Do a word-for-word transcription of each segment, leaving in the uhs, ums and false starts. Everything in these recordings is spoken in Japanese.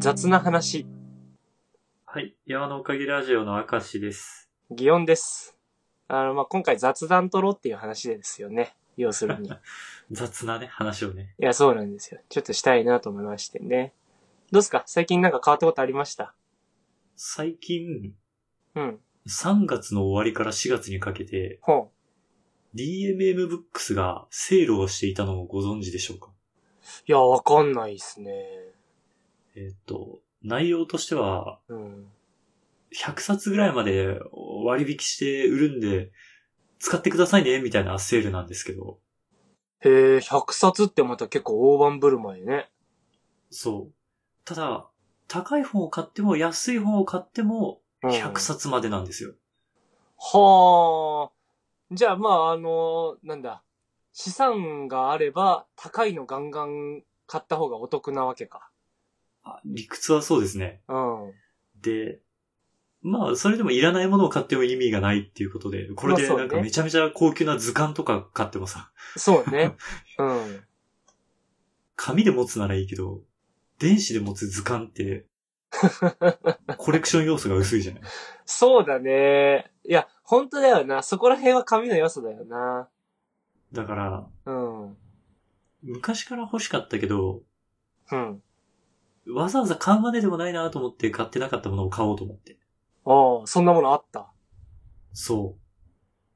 雑な話。 はい。山のおかげラジオの明石です。 擬音です。あの、まあ、今回雑談取ろうっていう話でですよね。要するに。 雑なね、話をね。 いや、そうなんですよ。ちょっとしたいなと思いましてね。どうですか？最近なんか変わったことありました？ 最近、 うん。 さんがつの終わりからしがつにかけて、 ほう。 ディーエムエム ブックスがセールをしていたのをご存知でしょうか？ いや、わかんないっすね。 えっと、内容としては、 うん。 ひゃくさつぐらいまで割引して売るんで、使ってくださいね、みたいなセールなんですけど。 へえ、ひゃくさつってまた結構大盤振る舞いね。 そう。ただ、高い本を買っても安い本を買ってもひゃくさつまでなんですよ。 うん、はあ。じゃあ、まあ、あの、なんだ。資産があれば、高いのガンガン買った方がお得なわけか。 あ、理屈はそうですね。 うん。 で、まあ、それでもいらないものを買っても意味がないっていうことで、これでなんかめちゃめちゃ高級な図鑑とか買ってもさ。 そうね。うん。 紙で持つならいいけど、電子で持つ図鑑って、コレクション要素が薄いじゃない。 そうだね。いや、本当だよな。そこら辺は紙の要素だよな。 だから、 うん。 昔から欲しかったけど、 うん。 わざわざ買うまででもないなと思って買ってなかったものを買おうと思って。 ああ、そんなものあった。 そう。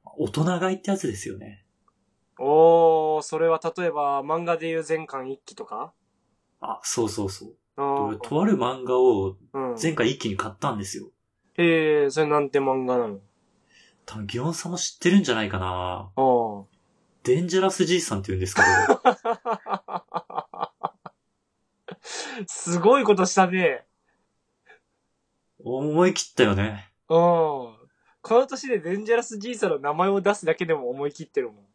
大人買いってやつですよね。 おー、それは例えば漫画でいう全巻一期とか？ あ、そうそうそう。 あ俺、とある漫画をうん。 前回一気に買ったんですよ。 へえ、それなんて漫画なの？ 多分、ギオンさんも知ってるんじゃないかな。 ああ。 デンジャラスじいさんって言うんですけど。 すごいことしたね。 思い切ったよね。 うん。この年でデンジャラスじいさんの名前を出すだけでも思い切ってるもん。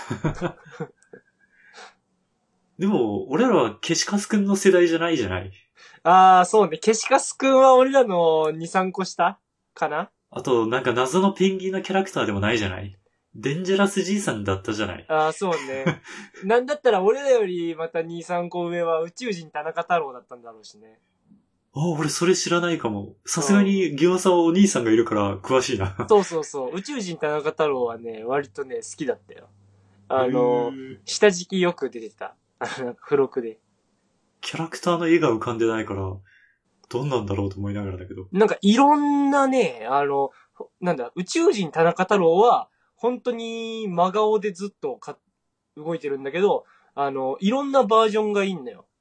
でも、俺らはケシカスくんの世代じゃないじゃない。 ああ、そうね。ケシカスくんは俺らのに、さんこ下かな？ あと、なんか謎のペンギンのキャラクターでもないじゃない。デンジャラスじいさんだったじゃない。 ああ、そうね。なんだったら俺らよりまたに、さんこ上は宇宙人田中太郎だったんだろうしね。 あ、俺それ知らないかも。さすがにギオンさんはお兄さんがいるから詳しいな。 そうそうそう。宇宙人田中太郎はね、割とね、好きだったよ。あの、 へー下敷きよく出てた。あの、なんか付録で。 キャラクターの絵が浮かんでないから、どんなんだろうと思いながらだけど。 なんかいろんなね、あの、なんだ、宇宙人田中太郎は、本当に真顔でずっとか動いてるんだけど、あの、いろんなバージョンがいいんだよ。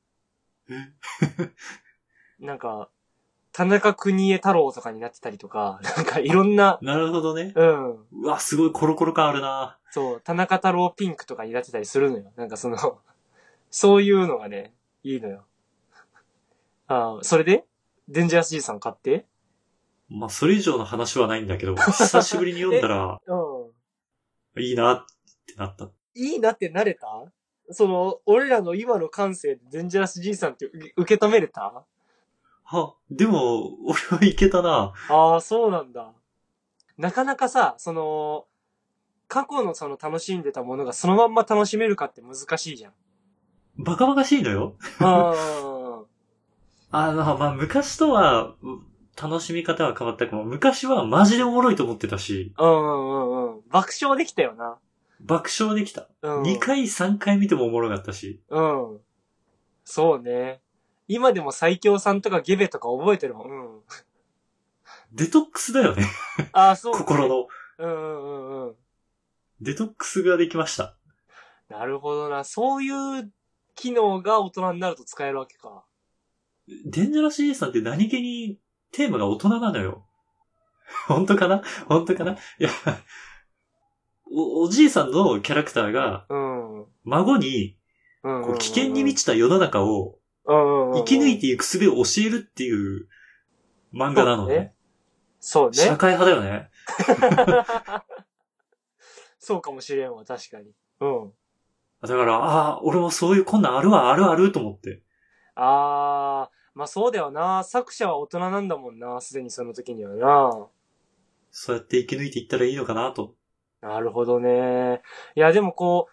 なんか、田中邦衛太郎とかになってたりとか、なんかいろんな、 なるほどね。 うん。 うわ、すごいコロコロ感あるな。 そう、田中太郎ピンクとかになってたりするのよ。なんかその、そういうのがね、いいのよ。ああ、それでデンジャラス G さん買ってまあ、それ以上の話はないんだけど、久しぶりに読んだら、 うん。 いいなってなった。 いいなってなれた？その、俺らの今の感性でデンジャラス G さんって受け止めれた？ は、でも、俺はいけたな。 ああ、そうなんだ。なかなかさ、その、過去のその楽しんでたものがそのまんま楽しめるかって難しいじゃん。 バカバカしいのよ。 ああの、まあ、昔とは、楽しみ方は変わったかも。昔はマジでおもろいと思ってたし、 あ、うんうんうん。爆笑できたよな。 爆笑できた。 うん。 にかい、さんかい見てもおもろかったし。 うん。そうね。今でも最強さんとかゲベとか覚えてるもん。うん。 デトックスだよね。 ああ、そうね。 心の。 うんうんうんうん。 デトックスができました。 なるほどな。そういう機能が大人になると使えるわけか。 デンジャラス G さんって何気にテーマが大人なのよ。本当かな本当かないやお、おじいさんのキャラクターが、 うん。 孫に、こう危険に満ちた世の中を生き抜いていく術を教えるっていう漫画なのね。 そうね。 社会派だよね。 そうかもしれんわ、確かに。うん。 だから、ああ、俺もそういうこんなんあるわ、あるあると思って。 あー、まあそうだよな。作者は大人なんだもんな、すでにその時にはな。 そうやって生き抜いていったらいいのかなと。 なるほどね。いや、でもこう、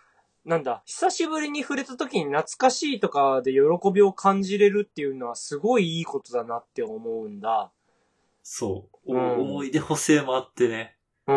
なんだ、久しぶりに触れた時に懐かしいとかで喜びを感じれるっていうのはすごいいいことだなって思うんだ。 そう。 うん、 思い出補正もあってね。 うん。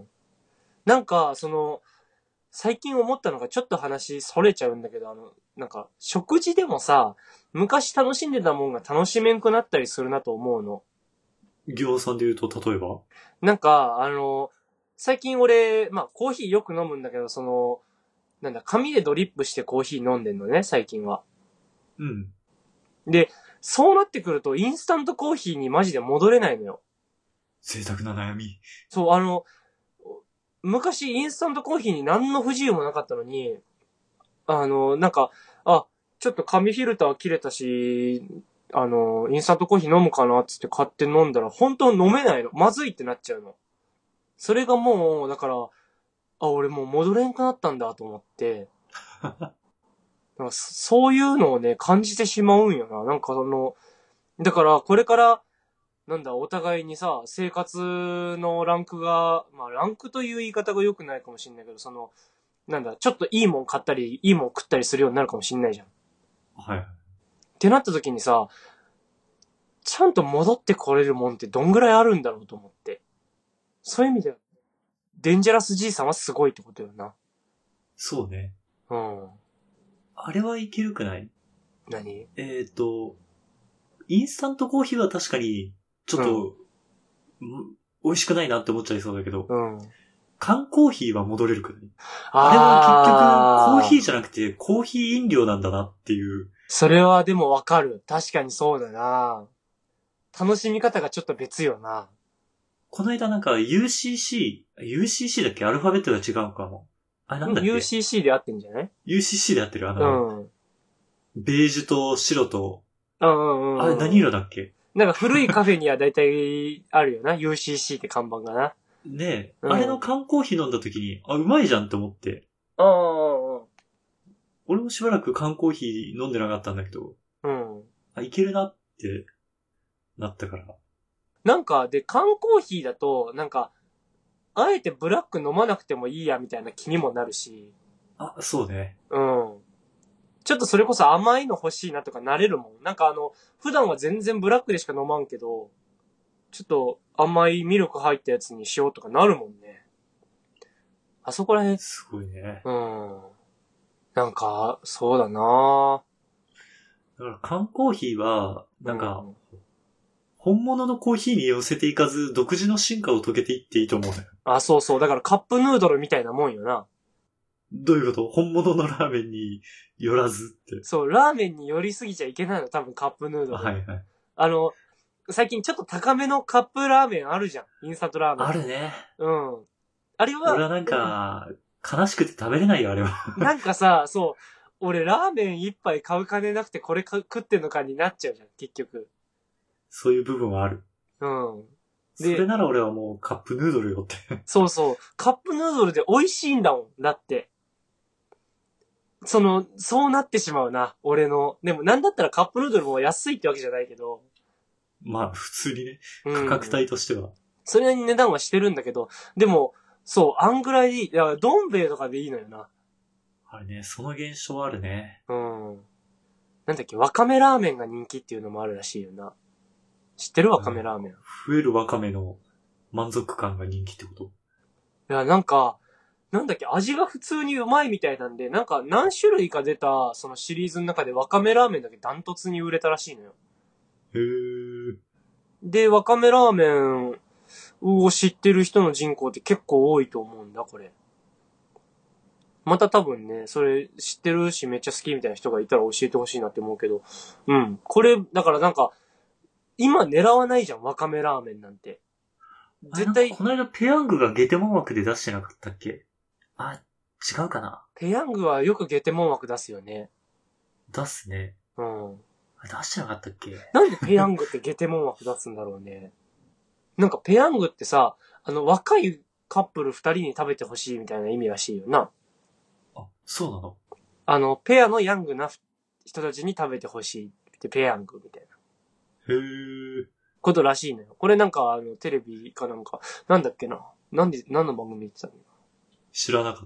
なんか、その、最近思ったのがちょっと話それちゃうんだけど、あの、なんか、食事でもさ、昔楽しんでたもんが楽しめんくなったりするなと思うの。 行さんで言うと、例えばなんか、あの、最近俺、まあコーヒーよく飲むんだけど、その、なんだ、紙でドリップしてコーヒー飲んでんのね、最近は。 うん。 で、そうなってくると、インスタントコーヒーにマジで戻れないのよ。 贅沢な悩み。 そう、あの、昔インスタントコーヒーに何の不自由もなかったのに、あの、なんか、あ、ちょっと紙フィルター切れたし、あの、インスタントコーヒー飲むかなっつって買って飲んだら、本当飲めないの。まずいってなっちゃうの。それがもう、だから、あ、俺もう戻れんくなったんだと思って、なんかそういうのをね、感じてしまうんよな。なんかその、だからこれから、なんだ、お互いにさ、生活のランクが、まあランクという言い方が良くないかもしれないけど、その、なんだ、ちょっといいもん買ったり、いいもん食ったりするようになるかもしれないじゃん。っはい。 てなった時にさ、ちゃんと戻ってこれるもんってどんぐらいあるんだろうと思って。そういう意味では、デンジャラスじいさんはすごいってことよな。 そうね。 うん。 あれはいけるくない？ 何？ えっと、インスタントコーヒーは確かに、ちょっと、うん、美味しくないなって思っちゃいそうだけど、 うん。 缶コーヒーは戻れるくない？ ああれは結局、コーヒーーじゃなくて、コーヒー飲料なんだなっていう。 それはでもわかる。確かにそうだな。楽しみ方がちょっと別よな。 この間なんか ユーシーシー、ユーシーシー だっけ？アルファベットが違うかも。あれなんだっけ？ ユーシーシー で合ってんじゃない？ ユーシーシー で合ってるあうの、 ん。 ベージュと白と、 うんうんうん。 あれ何色だっけ？ なんか古いカフェにはだいたいあるよな。ユーシーシー って看板がな。 ねえ、 うんあれの缶コーヒー飲んだ時に、あ、うまいじゃんって思って。 うん俺もしばらく缶コーヒー飲んでなかったんだけど、 うん。うん。 あ、いけるなってなったから。 なんか、で、缶コーヒーだと、なんか、あえてブラック飲まなくてもいいやみたいな気にもなるし。 あ、そうね。 うん。ちょっとそれこそ甘いの欲しいなとかなれるもん。なんかあの、普段は全然ブラックでしか飲まんけど、ちょっと甘いミルク入ったやつにしようとかなるもんね。あそこら辺、 すごいね。 うん。なんか、そうだなだから缶コーヒーは、なんか、 うん、 本物のコーヒーに寄せていかず、独自の進化を遂げていっていいと思うね。 あ、そうそう。だからカップヌードルみたいなもんよな。 どういうこと？本物のラーメンに寄らずって。 そう、ラーメンに寄りすぎちゃいけないの、多分カップヌードル。 はいはい。 あの、最近ちょっと高めのカップラーメンあるじゃん。インスタントラーメン。 あるね。 うん。あれは、 俺はなんか、悲しくて食べれないよ、あれは。 なんかさ、そう、俺ラーメン一杯買う金なくてこれか食ってんのかになっちゃうじゃん、結局。 そういう部分はある。 うん。 それなら俺はもうカップヌードルよって。 そうそう。カップヌードルで美味しいんだもん。だって。その、そうなってしまうな。俺の。でもなんだったらカップヌードルも安いってわけじゃないけど。 まあ、普通にね、 うん、 価格帯としては。 それなりに値段はしてるんだけど、でも、そう、あんぐらいでいい。だから、どん兵衛とかでいいのよな。 あれね、その現象あるね。 うん。なんだっけ、わかめラーメンが人気っていうのもあるらしいよな。知ってるわかめラーメン。 増えるわかめの満足感が人気ってこと？ いや、なんか、なんだっけ、味が普通にうまいみたいなんで、なんか何種類か出た、そのシリーズの中でわかめラーメンだけダントツに売れたらしいのよ。 へー。 で、わかめラーメンを知ってる人の人口って結構多いと思うんだ、これ。また多分ね、それ知ってるしめっちゃ好きみたいな人がいたら教えてほしいなって思うけど、うん。これ、だからなんか、今狙わないじゃん、わかめラーメンなんて。絶対、 この間ペヤングがゲテモン枠で出してなかったっけ？あ、違うかな？ ペヤングはよくゲテモン枠出すよね。 出すね。 うん。 出してなかったっけ？ なんでペヤングってゲテモン枠出すんだろうね。なんかペヤングってさ、あの若いカップル二人に食べてほしいみたいな意味らしいよな。 あ、そうなの？ あの、ペアのヤングな人たちに食べてほしいってペヤングみたいな。 へー。 ことらしいのよ。これなんかあの、テレビかなんか、なんだっけな。なんで、何の番組言ってたの？ 知らなかった。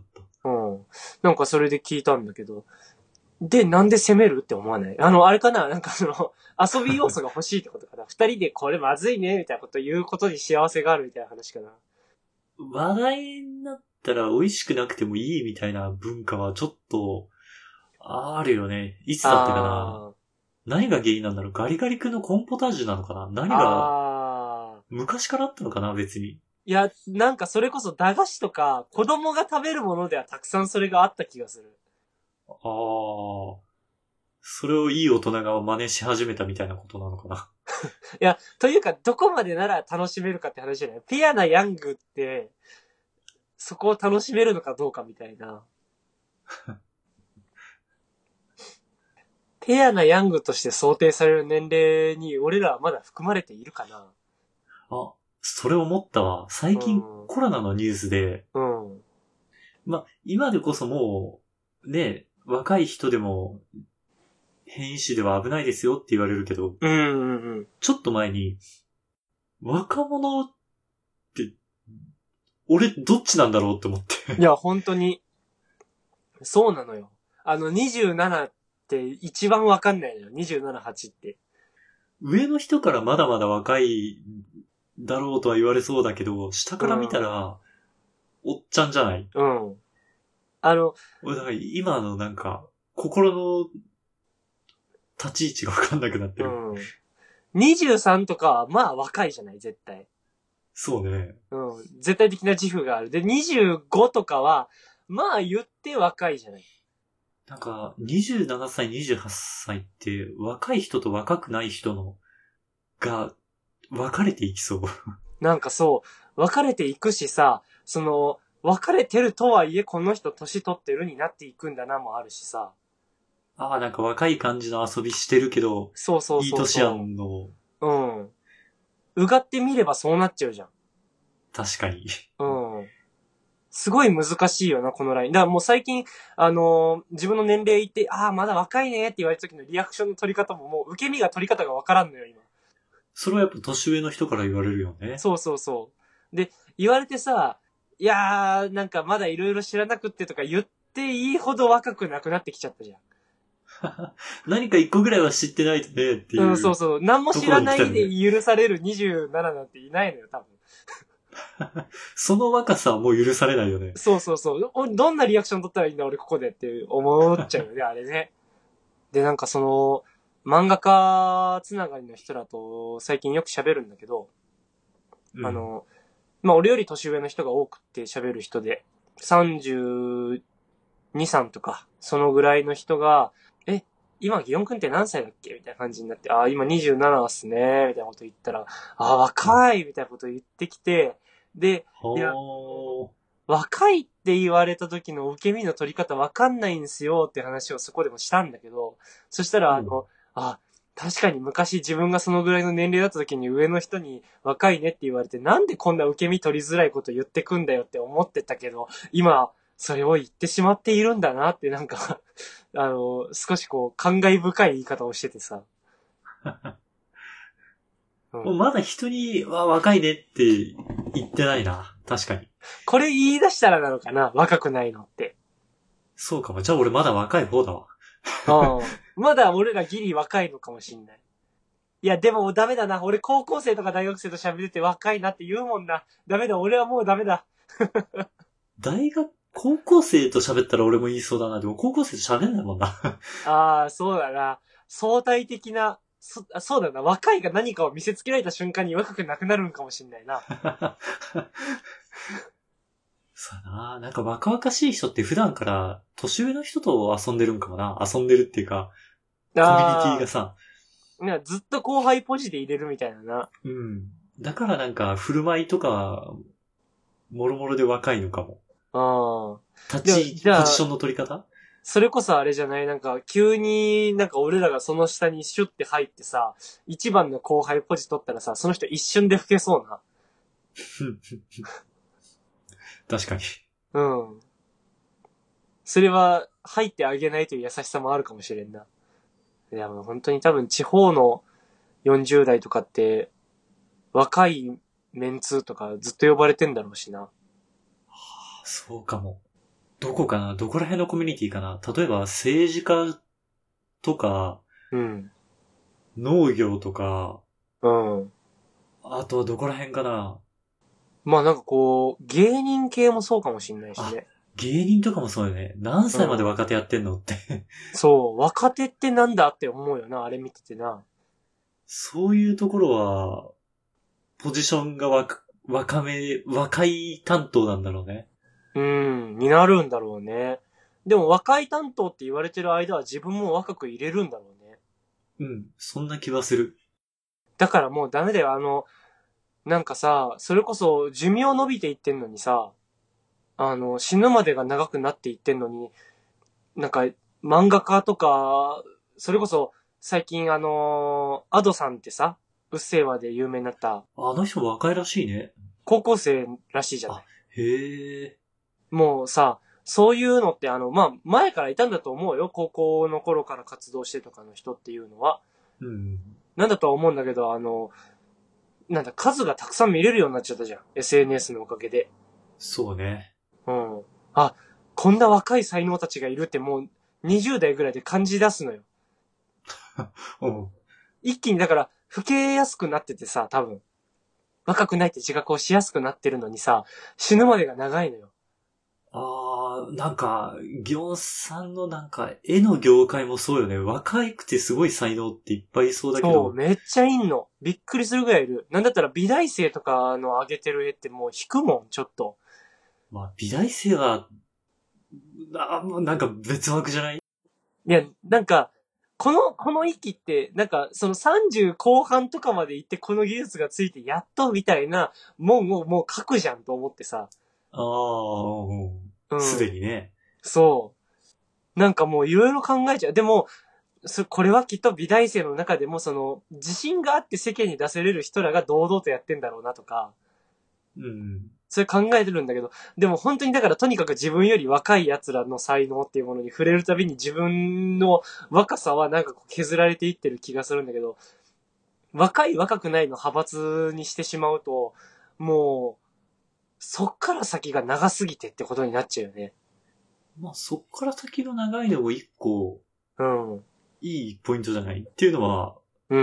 うん。なんかそれで聞いたんだけど。で、なんで攻めるって思わない？あの、あれかななんかその、遊び要素が欲しいってことかな二人でこれまずいねみたいなこと言うことに幸せがあるみたいな話かな。 話題になったら美味しくなくてもいいみたいな文化はちょっと、あるよね。いつだったかな。 あ何が原因なんだろう。ガリガリ君のコーンポタージュなのかな。何あ。 がああ。 昔からあったのかな別に。 いや、なんかそれこそ駄菓子とか子供が食べるものではたくさんそれがあった気がする。 ああ。それをいい大人が真似し始めたみたいなことなのかな。 いや、というかどこまでなら楽しめるかって話じゃない。ピュアなヤングって、そこを楽しめるのかどうかみたいな。ペアなヤングとして想定される年齢に俺らはまだ含まれているかな。 あ、それ思ったわ。最近うんコロナのニュースで、 うん。 ま、今でこそもう、ね、若い人でも変異種では危ないですよって言われるけど、 うんうんうん。 ちょっと前に、若者って、俺どっちなんだろうって思って。 いや、本当に、そうなのよ。あの、にじゅうななって一番わかんないのよ。にじゅうなな、はちって。 上の人からまだまだ若いだろうとは言われそうだけど、下から見たら、おっちゃんじゃない。 うん。あの、 俺だから今のなんか、心の立ち位置がわかんなくなってうる。 ん。にじゅうさんとかは、まあ若いじゃない、絶対。 そうね。 うん。絶対的な自負がある。で、にじゅうごとかは、まあ言って若いじゃない。 なんか、にじゅうななさい、にじゅうはっさいって、若い人と若くない人の、が、分かれていきそう。 なんかそう、分かれていくしさ、その、分かれてるとはいえ、この人年取ってるになっていくんだなもあるしさ。 ああ、なんか若い感じの遊びしてるけど、 そうそういいそう年やそんの、 う。うん。うがってみればそうなっちゃうじゃん。 確かに。 うん。すごい難しいよな、このライン。だからもう最近、あのー自分の年齢言って、ああ、まだ若いねって言われた時のリアクションの取り方ももう受け身が取り方がわからんのよ、今。 それはやっぱ年上の人から言われるよね。 そうそうそう。で、言われてさ、いやー、なんかまだいろいろ知らなくってとか言っていいほど若くなくなってきちゃったじゃん。 何か一個ぐらいは知ってないとね、っていう。 うん、そうそう。何も知らないで許されるにじゅうなななんていないのよ、多分。 その若さはもう許されないよね。 そうそうそう。おどんなリアクション取ったらいいんだ、俺ここでって思っちゃうよね、あれね。で、なんかその、漫画家つながりの人らと最近よく喋るんだけど、 うん、 あの、まあ、俺より年上の人が多くって喋る人で、さんじゅうに、さんとか、そのぐらいの人が、え、今、ギヨンくんって何歳だっけみたいな感じになって、ああ、今にじゅうななっすね、みたいなこと言ったら、ああ、若いみたいなこと言ってきて、で、いや、 ほー。 若いって言われた時の受け身の取り方わかんないんですよって話をそこでもしたんだけど、そしたら、あの、 うんあ、確かに昔自分がそのぐらいの年齢だった時に上の人に若いねって言われて、なんでこんな受け身取りづらいこと言ってくんだよって思ってたけど、今、それを言ってしまっているんだなってなんかあの、少しこう、感慨深い言い方をしててさ。うん、 もうまだ人に、わ、若いねって言ってないな。確かに。 これ言い出したらなのかな若くないのって。 そうかも。じゃあ俺まだ若い方だわ。 うん。まだ俺らギリ若いのかもしんない。いや、でもダメだな。俺高校生とか大学生と喋ってて若いなって言うもんな。ダメだ、俺はもうダメだ。 大学、高校生と喋ったら俺も言いそうだな。でも高校生と喋んないもんな。 ああ、そうだな。相対的な、そ、そうだな。若いが何かを見せつけられた瞬間に若くなくなるんかもしんないな。 そうだな。なんか若々しい人って普段から年上の人と遊んでるんかもな。遊んでるっていうか、コミュニティがさ。 いや、ずっと後輩ポジで入れるみたいなな。 うん。だからなんか振る舞いとか、もろもろで若いのかも。 ああ。 立ち、ポジションの取り方？ それこそあれじゃないなんか、急になんか俺らがその下にシュッて入ってさ、一番の後輩ポジ取ったらさ、その人一瞬で老けそうな。 確かに。 うん。それは入ってあげないという優しさもあるかもしれんな。いやもう本当に多分地方のよんじゅう代とかって、若いメンツとかずっと呼ばれてんだろうしな。 そうかも。 どこかなどこら辺のコミュニティかな例えば政治家とか、 うん。 農業とか、 うん。 あとはどこら辺かなまあなんかこう、芸人系もそうかもしんないしね。 芸人とかもそうよね。何歳まで若手やってんのって。 そう、若手ってなんだって思うよな、あれ見ててな。 そういうところは、ポジションが若、若め、若い担当なんだろうね。 うん、になるんだろうね。でも若い担当って言われてる間は自分も若く入れるんだろうね。 うん、そんな気はする。 だからもうダメだよ、あの、なんかさ、それこそ寿命伸びていってんのにさ、あの、死ぬまでが長くなっていってんのに、なんか、漫画家とか、それこそ、最近あのー、アドさんってさ、うっせぇわで有名になった、 あの人若いらしいね。 高校生らしいじゃない。 あ、へえ。 もうさ、そういうのってあの、まあ、前からいたんだと思うよ。高校の頃から活動してとかの人っていうのは。 うん。 なんだとは思うんだけど、あの、なんだ、数がたくさん見れるようになっちゃったじゃん。エスエヌエス のおかげで。 そうね。 うん。あ、こんな若い才能たちがいるってもうにじゅう代ぐらいで感じ出すのよ。 うん。 一気にだから、老けやすくなっててさ、多分。若くないって自覚をしやすくなってるのにさ、死ぬまでが長いのよ。 あー、なんか、業さんのなんか、絵の業界もそうよね。若くてすごい才能っていっぱいいそうだけそう、 ど。 めっちゃいんの。びっくりするぐらいいる。なんだったら美大生とかの上げてる絵ってもう引くもん、ちょっと。 まあ、美大生は、あもうなんか別枠じゃない？ いや、なんか、この、この域って、なんか、そのさんじゅう後半とかまで行ってこの技術がついてやっとみたいな、もんをもう書くじゃんと思ってさ。 ああ、うん。 うん。 すでにね。 そう。なんかもういろいろ考えちゃう。でも、そ、これはきっと美大生の中でもその、自信があって世間に出せれる人らが堂々とやってんだろうなとか、 うん。 それ考えてるんだけど、でも本当にだからとにかく自分より若い奴らの才能っていうものに触れるたびに自分の若さはなんかこう削られていってる気がするんだけど、若い若くないの派閥にしてしまうと、もう、そっから先が長すぎてってことになっちゃうよね。 まあ、そっから先の長いのも一個、 うん。 いいポイントじゃないっていうのは、 うん。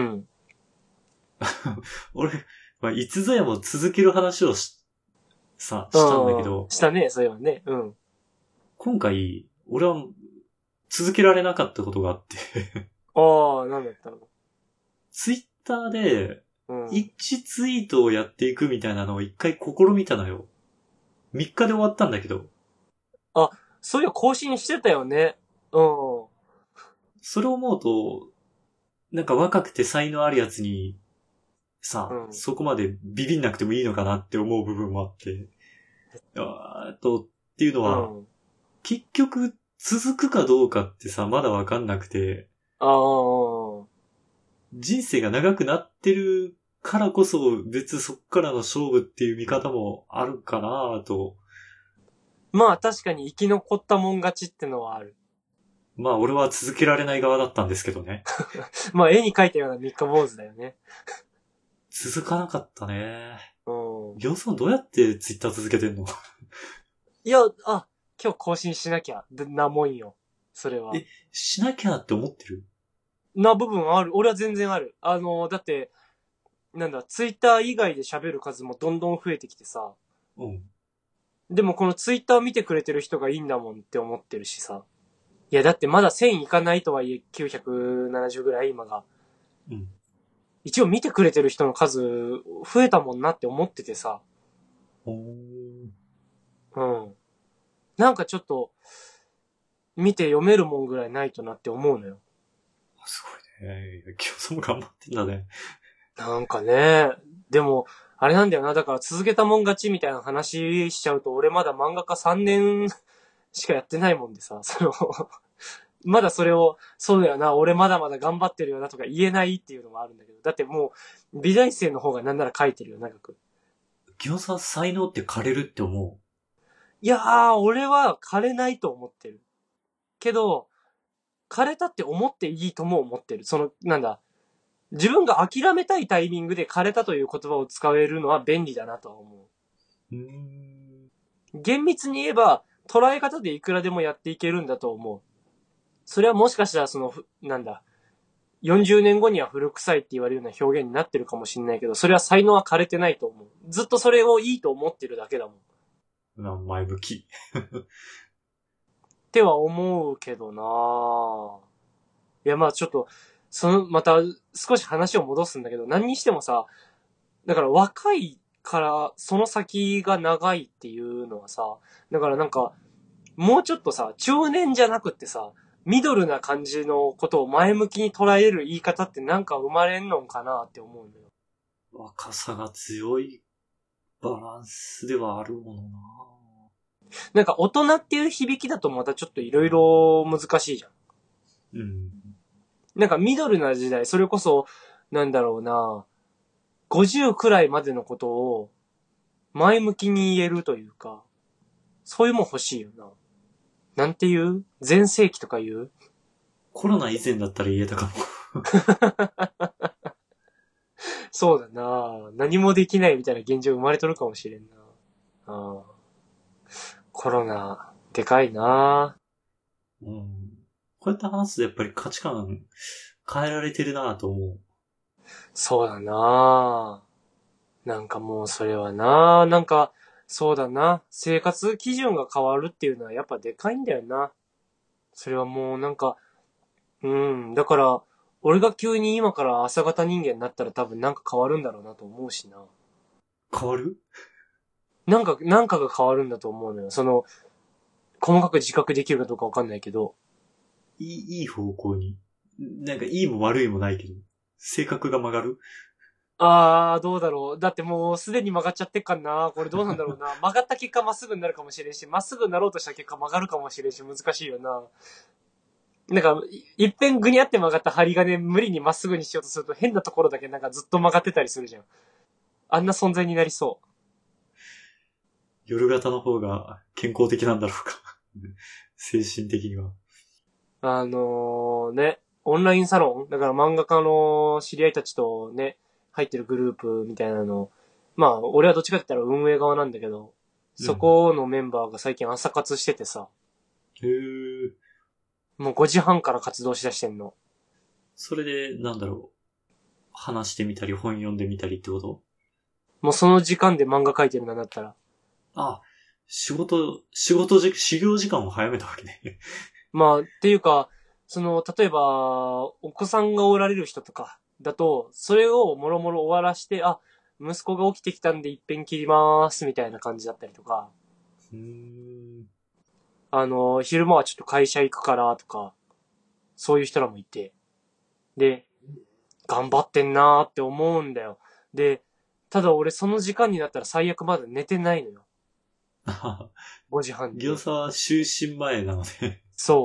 俺、まあ、いつぞやも続ける話をし、さ、 うしたんだけど、 したね、それはね。うん。 今回、俺は続けられなかったことがあってああ、なんだったの？ ツイッターで、 うん。 いちツイートをやっていくみたいなのを一回試みたのよ。みっかで終わったんだけど。 あ、そういう更新してたよね。うん。 それを思うと、なんか若くて才能あるやつに、さ、 うん。 そこまでビビんなくてもいいのかなって思う部分もあって。あと、っていうのは、 うん。 結局続くかどうかってさ、まだわかんなくて、 ああ。 人生が長くなってるからこそ別そっからの勝負っていう見方もあるかなと。 まあ確かに生き残ったもん勝ちってのはある。 まあ俺は続けられない側だったんですけどね。 まあ絵に描いたような三日坊主だよね。 続かなかったね。 うん。 ギョンさんどうやってツイッター続けてんの？ いや、あ、今日更新しなきゃ、なもんよ。それは。 え、しなきゃって思ってる？ な部分ある。俺は全然ある。あの、だって、なんだ、ツイッター以外で喋る数もどんどん増えてきてさ。 うん。 でもこのツイッター見てくれてる人がいいんだもんって思ってるしさ。いや、だってまだせんいかないとはいえきゅうひゃくななじゅうぐらい今が。 うん。 一応見てくれてる人の数増えたもんなって思っててさ。 おー。 うん。なんかちょっと、見て読めるもんぐらいないとなって思うのよ。 すごいね。ギョンさんも頑張ってんだね。 なんかね、でも、あれなんだよな。だから続けたもん勝ちみたいな話しちゃうと、俺まだ漫画家さんねんしかやってないもんでさ、そのまだそれを、そうだよな、俺まだまだ頑張ってるよなとか言えないっていうのもあるんだけど。だってもう、美大生の方がなんなら書いてるよ、長く。 ギョンさん才能って枯れるって思いやー、俺は枯れないと思ってる。けど、枯れたって思っていいとも思ってる。その、なんだ、自分が諦めたいタイミングで枯れたという言葉を使えるのは便利だなとは思う。 う。うーん。 厳密に言えば、 捉え方でいくらでもやっていけるんだと思う。それはもしかしたらその、なんだ、よんじゅうねんごには古臭いって言われるような表現になってるかもしれないけど、それは才能は枯れてないと思う。ずっとそれをいいと思ってるだけだもん。 な前向き。 っては思うけどなぁ。いやまあちょっと、その、また少し話を戻すんだけど、何にしてもさ、だから若いからその先が長いっていうのはさ、だからなんか、もうちょっとさ、中年じゃなくってさ、ミドルな感じのことを前向きに捉える言い方ってなんか生まれんのかなって思うんだよ。 若さが強いバランスではあるものな。 なんか大人っていう響きだとまたちょっといろいろ難しいじゃん。 うん。 なんかミドルな時代、それこそ、なんだろうな、ごじゅうくらいまでのことを前向きに言えるというか、そういうもん欲しいよな。なんて言う？全盛期とか言う？ コロナ以前だったら言えたかも。 そうだな。何もできないみたいな現状生まれとるかもしれんな。ああ、コロナ、でかいな。 うん。こうやって話すとやっぱり価値観変えられてるなと思う。 そうだな。なんかもうそれはな。なんか、そうだな。生活基準が変わるっていうのはやっぱでかいんだよな。それはもうなんか、うん。だから、俺が急に今から朝型人間になったら多分なんか変わるんだろうなと思うしな。 変わる？ なんか、なんかが変わるんだと思うのよ。その、細かく自覚できるかどうかわかんないけど。 いい、いい方向に。なんかいいも悪いもないけど。性格が曲がる？ あー、どうだろう。だってもうすでに曲がっちゃってっかんな。これどうなんだろうな。曲がった結果まっすぐになるかもしれんし、まっすぐになろうとした結果曲がるかもしれんし、難しいよな。なんか、いっぺんぐにゃって曲がった針金無理にまっすぐにしようとすると変なところだけなんかずっと曲がってたりするじゃん。あんな存在になりそう。 夜型の方が健康的なんだろうか。精神的には。 あのー、ね、オンラインサロンだから漫画家の知り合いたちとね、入ってるグループみたいなの。まあ、俺はどっちかって言ったら運営側なんだけど、そこのメンバーが最近朝活しててさ、 へー。 もうごじはんから活動しだしてんの。 それで、なんだろう。話してみたり、本読んでみたりってこと？ もうその時間で漫画描いてるんだったら。 あ、仕事、仕事じ、修行時間を早めたわけね。 まあ、っていうか、その、例えば、お子さんがおられる人とかだと、それをもろもろ終わらして、あ、息子が起きてきたんで一遍切りまーす、みたいな感じだったりとか、 うーん。 あの、昼間はちょっと会社行くからとか、そういう人らもいて、で、頑張ってんなーって思うんだよ。で、ただ俺その時間になったら最悪まだ寝てないのよ。ごじはんに。 ギオサは就寝前なので。 そう。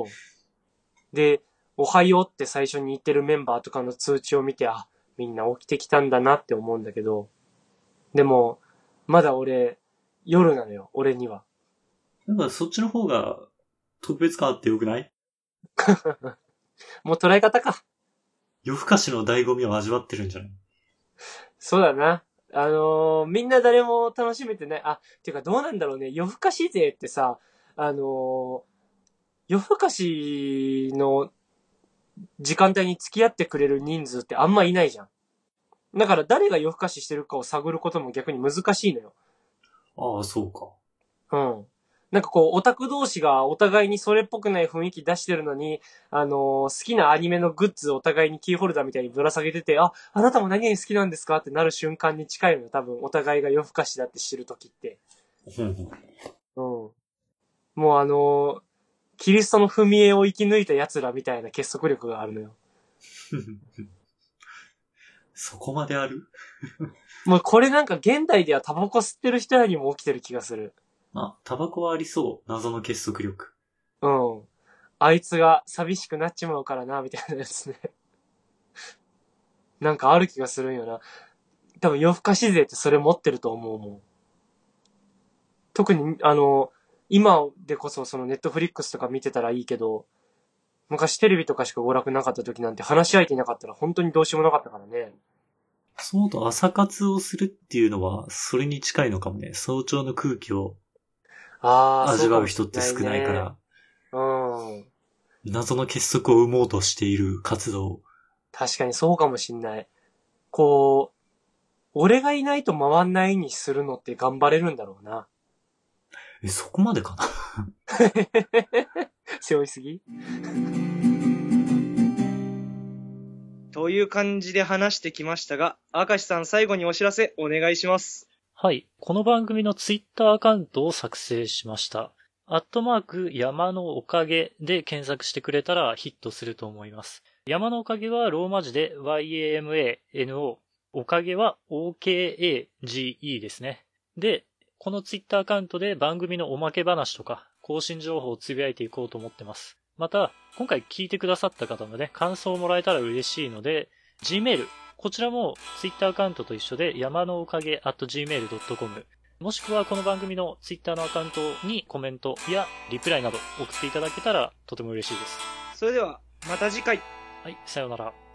で、おはようって最初に言ってるメンバーとかの通知を見て、あ、みんな起きてきたんだなって思うんだけど、でも、まだ俺、夜なのよ、俺には。 なんかそっちの方が特別感あってよくない？ もう捉え方か。 夜更かしの醍醐味を味わってるんじゃない？ そうだな。あのー、みんな誰も楽しめてない。あ、ていうかどうなんだろうね。夜更かし勢ってさ、あのー、夜更かしの時間帯に付き合ってくれる人数ってあんまいないじゃん。だから誰が夜更かししてるかを探ることも逆に難しいのよ。 ああ、そうか。 うん。なんかこう、オタク同士がお互いにそれっぽくない雰囲気出してるのに、あのー好きなアニメのグッズをお互いにキーホルダーみたいにぶら下げてて、あ、あなたも何々好きなんですかってなる瞬間に近いのよ。多分、お互いが夜更かしだって知るときって。 うん。 うん。もうあのーキリストの踏み絵を生き抜いた奴らみたいな結束力があるのよ。 そこまである？ もうこれなんか現代ではタバコ吸ってる人らにも起きてる気がする。 あ、タバコはありそう。謎の結束力。 うん。あいつが寂しくなっちまうからな、みたいなやつね。なんかある気がするんよな。多分夜更かし勢ってそれ持ってると思うもん。特に、あの、今でこそそのネットフリックスとか見てたらいいけど、昔テレビとかしか娯楽なかった時なんて話し相手いなかったら本当にどうしようもなかったからね。 そうと朝活をするっていうのは、それに近いのかもね。早朝の空気をああ、 味わう人って少ないから、 うん。 謎の結束を生もうとしている活動。 確かにそうかもしんない。こう、俺がいないと回んないにするのって頑張れるんだろうな。 え、そこまでかな背負いすぎという感じで話してきましたが、明石さん最後にお知らせお願いします。 はい。この番組のツイッターアカウントを作成しました。アットマーク山のおかげで検索してくれたらヒットすると思います。山のおかげはローマ字で ワイエーエムエーエヌオー。おかげは オーケーエージーイー ですね。で、このツイッターアカウントで番組のおまけ話とか更新情報をつぶやいていこうと思ってます。また、今回聞いてくださった方のね、感想をもらえたら嬉しいので、Gmail、こちらもツイッターアカウントと一緒で山のおかげ アットジーメールドットコム もしくはこの番組のツイッターのアカウントにコメントやリプライなど送っていただけたらとても嬉しいです。 それでは、また次回。 はい、さようなら。